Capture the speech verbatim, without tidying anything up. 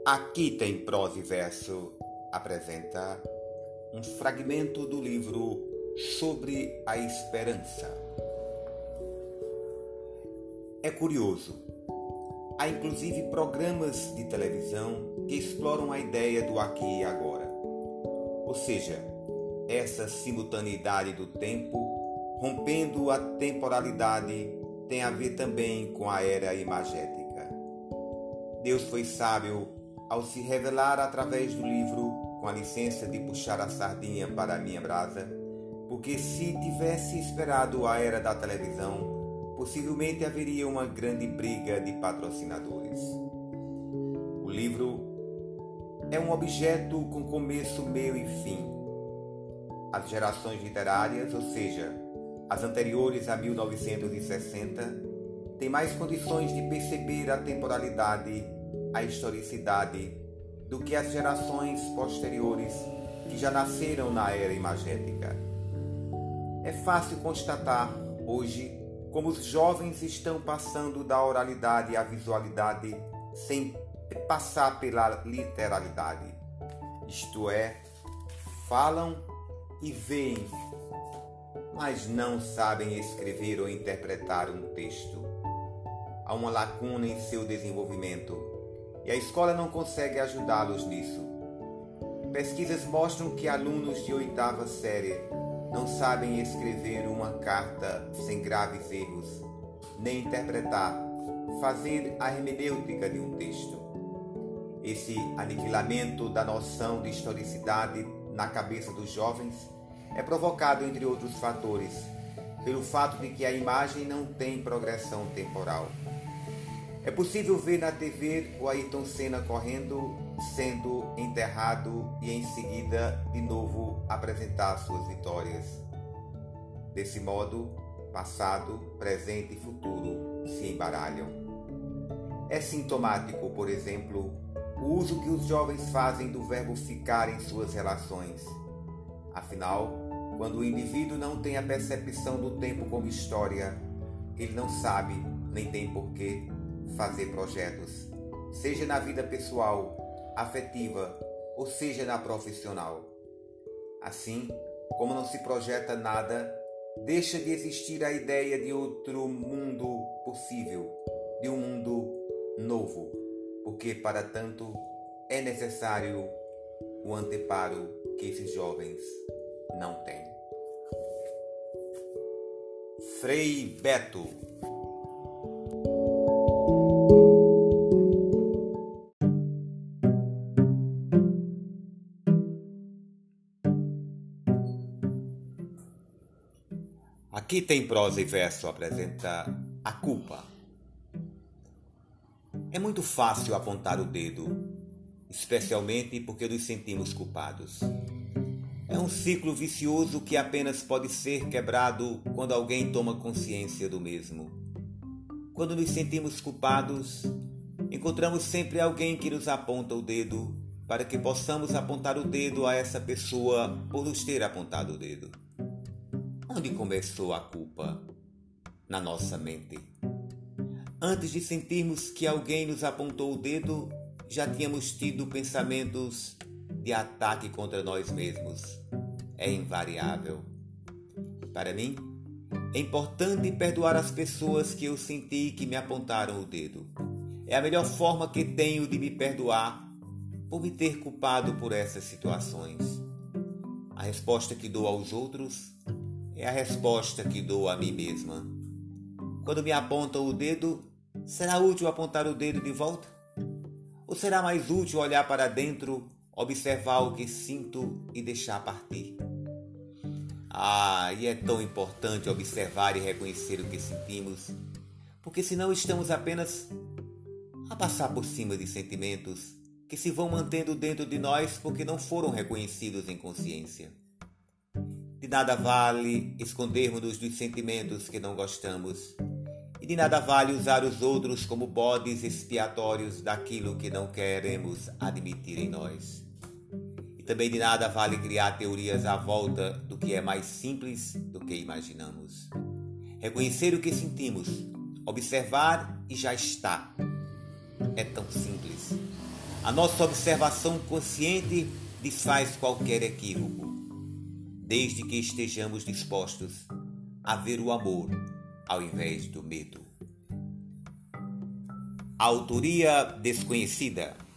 Aqui tem prosa e verso apresenta um fragmento do livro Sobre a Esperança. É curioso, há inclusive programas de televisão que exploram a ideia do aqui e agora. Ou seja, essa simultaneidade do tempo, rompendo a temporalidade, tem a ver também com a era imagética. Deus foi sábio ao se revelar através do livro, com a licença de puxar a sardinha para a minha brasa, porque se tivesse esperado a era da televisão, possivelmente haveria uma grande briga de patrocinadores. O livro é um objeto com começo, meio e fim. As gerações literárias, ou seja, as anteriores a mil novecentos e sessenta, têm mais condições de perceber a temporalidade, a historicidade, do que as gerações posteriores que já nasceram na era imagética. É fácil constatar, hoje, como os jovens estão passando da oralidade à visualidade sem passar pela literalidade. Isto é, falam e veem, mas não sabem escrever ou interpretar um texto. Há uma lacuna em seu desenvolvimento e a escola não consegue ajudá-los nisso. Pesquisas mostram que alunos de oitava série não sabem escrever uma carta sem graves erros, nem interpretar, fazer a hermenêutica de um texto. Esse aniquilamento da noção de historicidade na cabeça dos jovens é provocado, entre outros fatores, pelo fato de que a imagem não tem progressão temporal. É possível ver na T V o Ayrton Senna correndo, sendo enterrado e em seguida de novo apresentar suas vitórias. Desse modo, passado, presente e futuro se embaralham. É sintomático, por exemplo, o uso que os jovens fazem do verbo ficar em suas relações. Afinal, quando o indivíduo não tem a percepção do tempo como história, ele não sabe, nem tem porquê, fazer projetos, seja na vida pessoal, afetiva, ou seja na profissional. Assim, como não se projeta nada, deixa de existir a ideia de outro mundo possível, de um mundo novo, porque para tanto é necessário o anteparo que esses jovens não têm. Frei Beto. Aqui tem prosa e verso apresenta a culpa. É muito fácil apontar o dedo, especialmente porque nos sentimos culpados. É um ciclo vicioso que apenas pode ser quebrado quando alguém toma consciência do mesmo. Quando nos sentimos culpados, encontramos sempre alguém que nos aponta o dedo para que possamos apontar o dedo a essa pessoa por nos ter apontado o dedo. Onde começou a culpa? Na nossa mente. Antes de sentirmos que alguém nos apontou o dedo, já tínhamos tido pensamentos de ataque contra nós mesmos. É invariável. Para mim, é importante perdoar as pessoas que eu senti que me apontaram o dedo. É a melhor forma que tenho de me perdoar por me ter culpado por essas situações. A resposta que dou aos outros é a resposta que dou a mim mesma. Quando me apontam o dedo, será útil apontar o dedo de volta? Ou será mais útil olhar para dentro, observar o que sinto e deixar partir? Ah, e é tão importante observar e reconhecer o que sentimos, porque senão estamos apenas a passar por cima de sentimentos que se vão mantendo dentro de nós porque não foram reconhecidos em consciência. De nada vale escondermos-nos dos sentimentos que não gostamos. E de nada vale usar os outros como bodes expiatórios daquilo que não queremos admitir em nós. E também de nada vale criar teorias à volta do que é mais simples do que imaginamos. Reconhecer o que sentimos, observar e já está. É tão simples. A nossa observação consciente desfaz qualquer equívoco, desde que estejamos dispostos a ver o amor ao invés do medo. Autoria desconhecida.